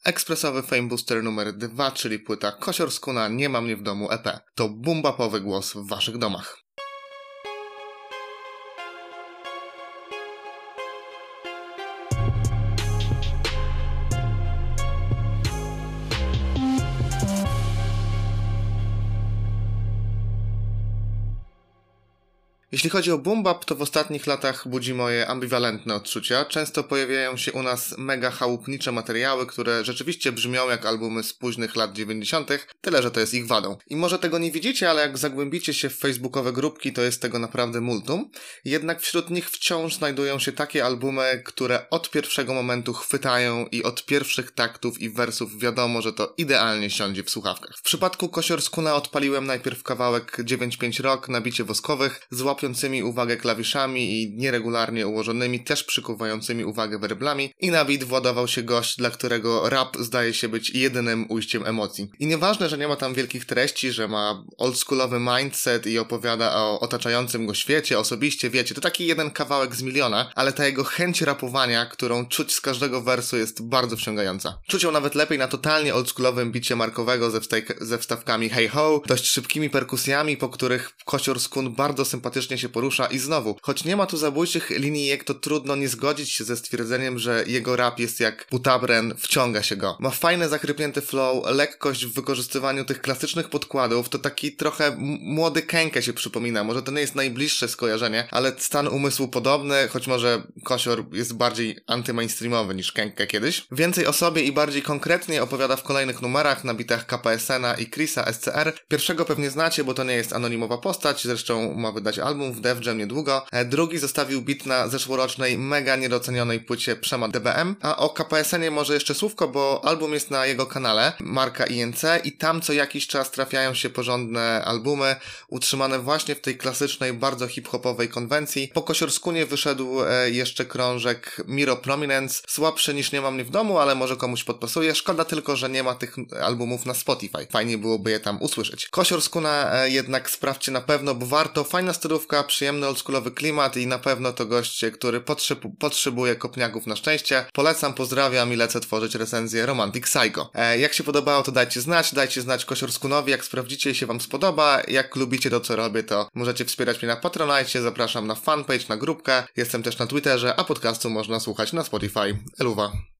Ekspresowy Fame Booster numer 2, czyli płyta Kosior Skuna Nie ma mnie w domu EP. To boom-bapowy głos w waszych domach. Jeśli chodzi o boom bap, to w ostatnich latach budzi moje ambiwalentne odczucia. Często pojawiają się u nas mega chałupnicze materiały, które rzeczywiście brzmią jak albumy z późnych lat 90., tyle że to jest ich wadą. I może tego nie widzicie, ale jak zagłębicie się w facebookowe grupki, to jest tego naprawdę multum. Jednak wśród nich wciąż znajdują się takie albumy, które od pierwszego momentu chwytają i od pierwszych taktów i wersów wiadomo, że to idealnie siądzie w słuchawkach. W przypadku Kosior Skuna odpaliłem najpierw kawałek 9-5 Rock na bicie woskowych, z łapiącymi uwagę klawiszami i nieregularnie ułożonymi, też przykuwającymi uwagę werblami, i na beat władował się gość, dla którego rap zdaje się być jedynym ujściem emocji. I nieważne, że nie ma tam wielkich treści, że ma oldschoolowy mindset i opowiada o otaczającym go świecie, osobiście, wiecie, to taki jeden kawałek z miliona, ale ta jego chęć rapowania, którą czuć z każdego wersu, jest bardzo wciągająca. Czuć ją nawet lepiej na totalnie oldschoolowym bicie markowego ze wstawkami hey ho, dość szybkimi perkusjami, po których Kosior Skun bardzo sympatycznie się porusza i znowu, choć nie ma tu zabójczych linijek, to trudno nie zgodzić się ze stwierdzeniem, że jego rap jest jak butabren, wciąga się go. Ma fajne, zachrypnięty flow, lekkość w wykorzystywaniu tych klasycznych podkładów, to taki trochę młody Kenke się przypomina, może to nie jest najbliższe skojarzenie, ale stan umysłu podobny, choć może Kosior jest bardziej antymainstreamowy niż Kenke kiedyś. Więcej o sobie i bardziej konkretnie opowiada w kolejnych numerach na bitach KPSN-a i Chrisa SCR. Pierwszego pewnie znacie, bo to nie jest anonimowa postać, zresztą ma wydać album w Def Jam niedługo. Drugi zostawił beat na zeszłorocznej, mega niedocenionej płycie Przema DBM. A o KPSN-ie może jeszcze słówko, bo album jest na jego kanale, marka INC, i tam co jakiś czas trafiają się porządne albumy, utrzymane właśnie w tej klasycznej, bardzo hip-hopowej konwencji. Po Kosior Skunie wyszedł jeszcze krążek Miro Prominence, słabszy niż Nie ma mnie w domu, ale może komuś podpasuje. Szkoda tylko, że nie ma tych albumów na Spotify. Fajnie byłoby je tam usłyszeć. Kosior Skuna jednak sprawdźcie na pewno, bo warto. Fajna stylówka, przyjemny oldschoolowy klimat i na pewno to goście, który potrzebuje kopniaków na szczęście. Polecam, pozdrawiam i lecę tworzyć recenzję Romantic Psycho. Jak się podobało, to dajcie znać Kosior Skunowi, jak sprawdzicie i się wam spodoba. Jak lubicie to, co robię, to możecie wspierać mnie na Patronite, zapraszam na fanpage, na grupkę, jestem też na Twitterze, a podcastu można słuchać na Spotify. Eluwa.